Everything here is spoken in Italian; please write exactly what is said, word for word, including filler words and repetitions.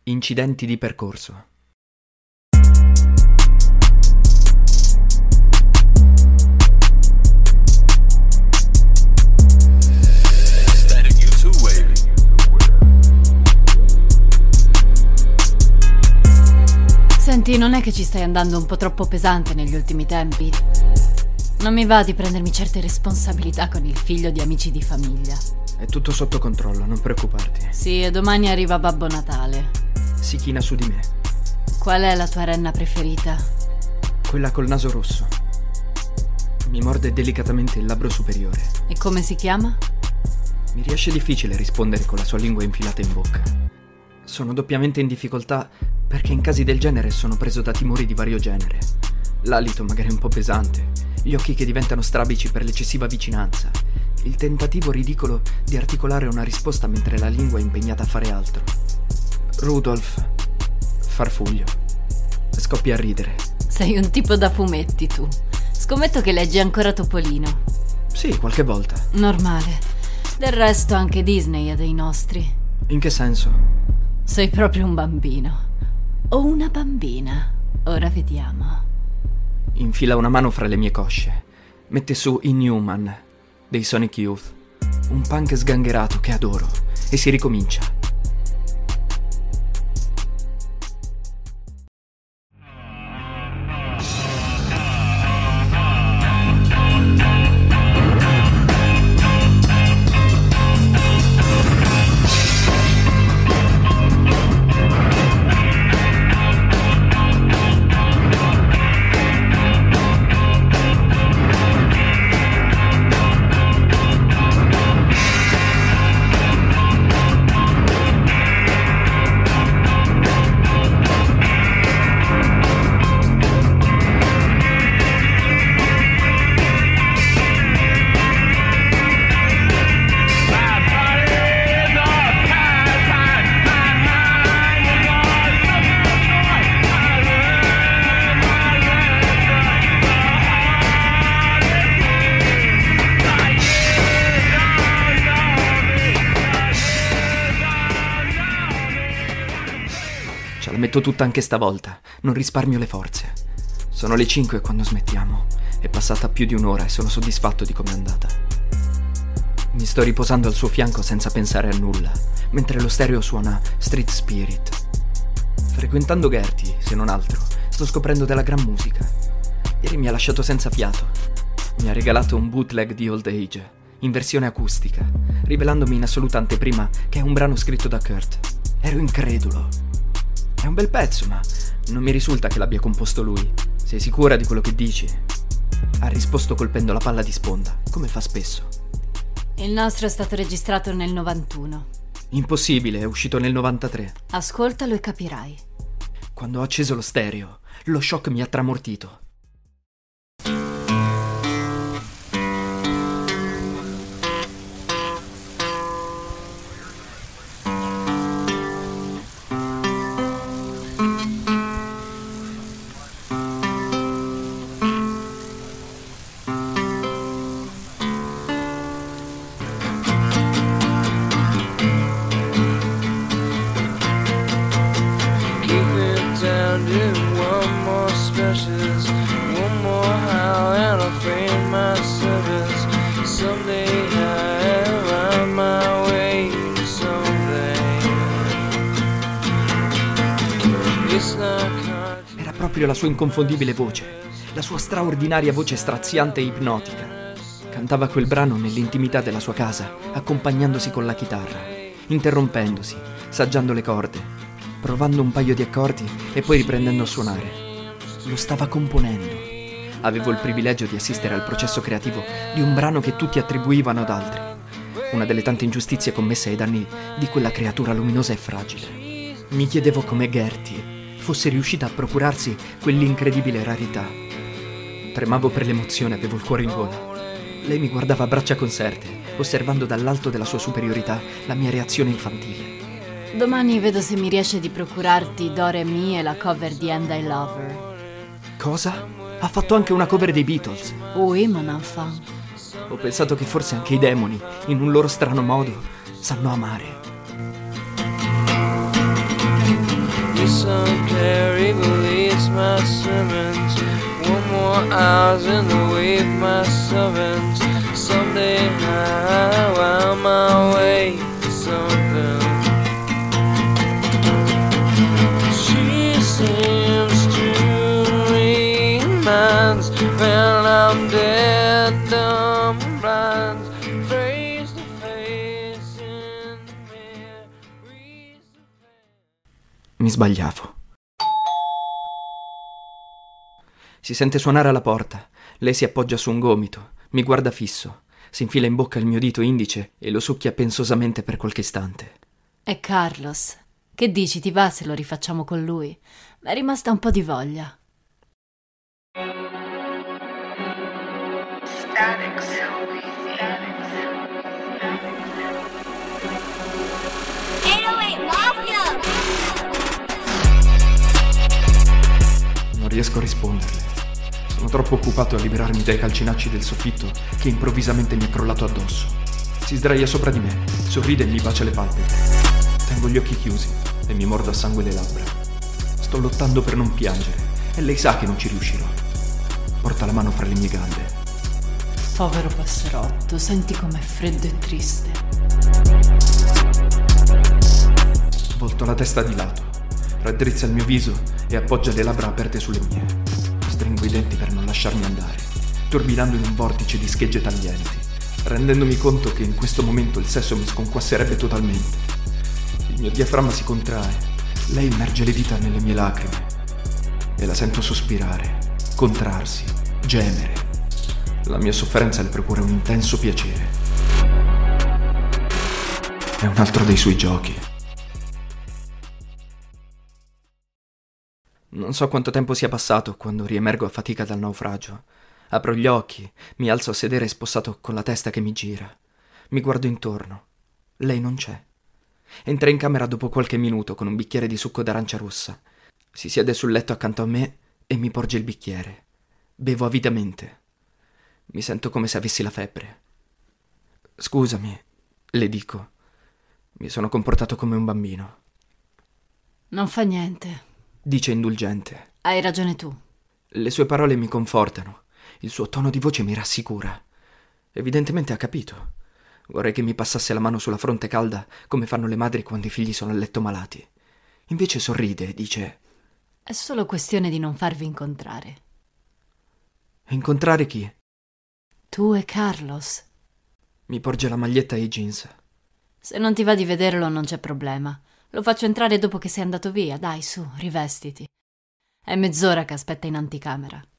Incidenti di percorso. Senti, non è che ci stai andando un po' troppo pesante negli ultimi tempi? Non mi va di prendermi certe responsabilità con il figlio di amici di famiglia. È tutto sotto controllo, non preoccuparti. Sì, e domani arriva Babbo Natale. Si china su di me. Qual è la tua renna preferita? Quella col naso rosso. Mi morde delicatamente il labbro superiore. E come si chiama? Mi riesce difficile rispondere con la sua lingua infilata in bocca. Sono doppiamente in difficoltà perché in casi del genere sono preso da timori di vario genere. L'alito magari un po' pesante, gli occhi che diventano strabici per l'eccessiva vicinanza, il tentativo ridicolo di articolare una risposta mentre la lingua è impegnata a fare altro. Rudolf, farfuglio, scoppia a ridere. Sei un tipo da fumetti tu. Scommetto che leggi ancora Topolino. Sì, qualche volta. Normale. Del resto anche Disney è dei nostri. In che senso? Sei proprio un bambino. O una bambina. Ora vediamo. Infila una mano fra le mie cosce. Mette su Inhuman dei Sonic Youth. Un punk sgangherato che adoro. E si ricomincia. Ce la metto tutta anche stavolta, non risparmio le forze. Sono le cinque quando smettiamo. È passata più di un'ora e sono soddisfatto di com'è andata. Mi sto riposando al suo fianco senza pensare a nulla, mentre lo stereo suona Street Spirit. Frequentando Gertie, se non altro, sto scoprendo della gran musica. Ieri mi ha lasciato senza fiato. Mi ha regalato un bootleg di Old Age, in versione acustica, rivelandomi in assoluta anteprima che è un brano scritto da Kurt. Ero incredulo. È un bel pezzo, ma non mi risulta che l'abbia composto lui. Sei sicura di quello che dici? Ha risposto colpendo la palla di sponda, come fa spesso. Il nostro è stato registrato nel novantuno. Impossibile, è uscito nel novantatré. Ascoltalo e capirai. Quando ho acceso lo stereo, lo shock mi ha tramortito. Era proprio la sua inconfondibile voce, la sua straordinaria voce straziante e ipnotica. Cantava quel brano nell'intimità della sua casa, accompagnandosi con la chitarra, interrompendosi, saggiando le corde, provando un paio di accordi e poi riprendendo a suonare. Lo stava componendo. Avevo il privilegio di assistere al processo creativo di un brano che tutti attribuivano ad altri. Una delle tante ingiustizie commesse ai danni di quella creatura luminosa e fragile. Mi chiedevo come Gertie fosse riuscita a procurarsi quell'incredibile rarità. Tremavo per l'emozione, avevo il cuore in gola. Lei mi guardava a braccia conserte, osservando dall'alto della sua superiorità la mia reazione infantile. Domani vedo se mi riesce di procurarti Do Re Mi e la cover di And I Love Her. Cosa? Ha fatto anche una cover dei Beatles. Oui, mon enfant. Ho pensato che forse anche i demoni, in un loro strano modo, sanno amare. some carry believes my sermons. One more hours in the wave, my servants. Someday I will my way to something. She seems to remind when I'm dead, dumb, blind, face to face in the mirror. Mi sbagliavo. Si sente suonare alla porta. Lei si appoggia su un gomito, mi guarda fisso, si infila in bocca il mio dito indice e lo succhia pensosamente per qualche istante. È Carlos. Che dici, ti va se lo rifacciamo con lui? Mi è rimasta un po' di voglia. Non riesco a risponderle. Sono troppo occupato a liberarmi dai calcinacci del soffitto che improvvisamente mi è crollato addosso. Si sdraia sopra di me, sorride e mi bacia le palpebre. Tengo gli occhi chiusi e mi mordo a sangue le labbra. Sto lottando per non piangere e lei sa che non ci riuscirò. Porta la mano fra le mie gambe. Povero passerotto, senti com'è freddo e triste. Volto la testa di lato, raddrizza il mio viso e appoggia le labbra aperte sulle mie. Stringo i denti per non lasciarmi andare, turbinando in un vortice di schegge taglienti, rendendomi conto che in questo momento il sesso mi sconquasserebbe totalmente. Il mio diaframma si contrae, lei immerge le dita nelle mie lacrime e la sento sospirare, contrarsi, gemere. La mia sofferenza le procura un intenso piacere. È un altro dei suoi giochi. Non so quanto tempo sia passato quando riemergo a fatica dal naufragio. Apro gli occhi, mi alzo a sedere spossato con la testa che mi gira. Mi guardo intorno. Lei non c'è. Entra in camera dopo qualche minuto con un bicchiere di succo d'arancia rossa. Si siede sul letto accanto a me e mi porge il bicchiere. Bevo avidamente. Mi sento come se avessi la febbre. Scusami, le dico. Mi sono comportato come un bambino. Non fa niente. Dice indulgente. Hai ragione tu. Le sue parole mi confortano. Il suo tono di voce mi rassicura. Evidentemente ha capito. Vorrei che mi passasse la mano sulla fronte calda come fanno le madri quando i figli sono a letto malati. Invece sorride e dice: È solo questione di non farvi incontrare. Incontrare chi? Tu e Carlos. Mi porge la maglietta e i jeans. Se non ti va di vederlo non c'è problema. Lo faccio entrare dopo che sei andato via. Dai, su, rivestiti. È mezz'ora che aspetta in anticamera.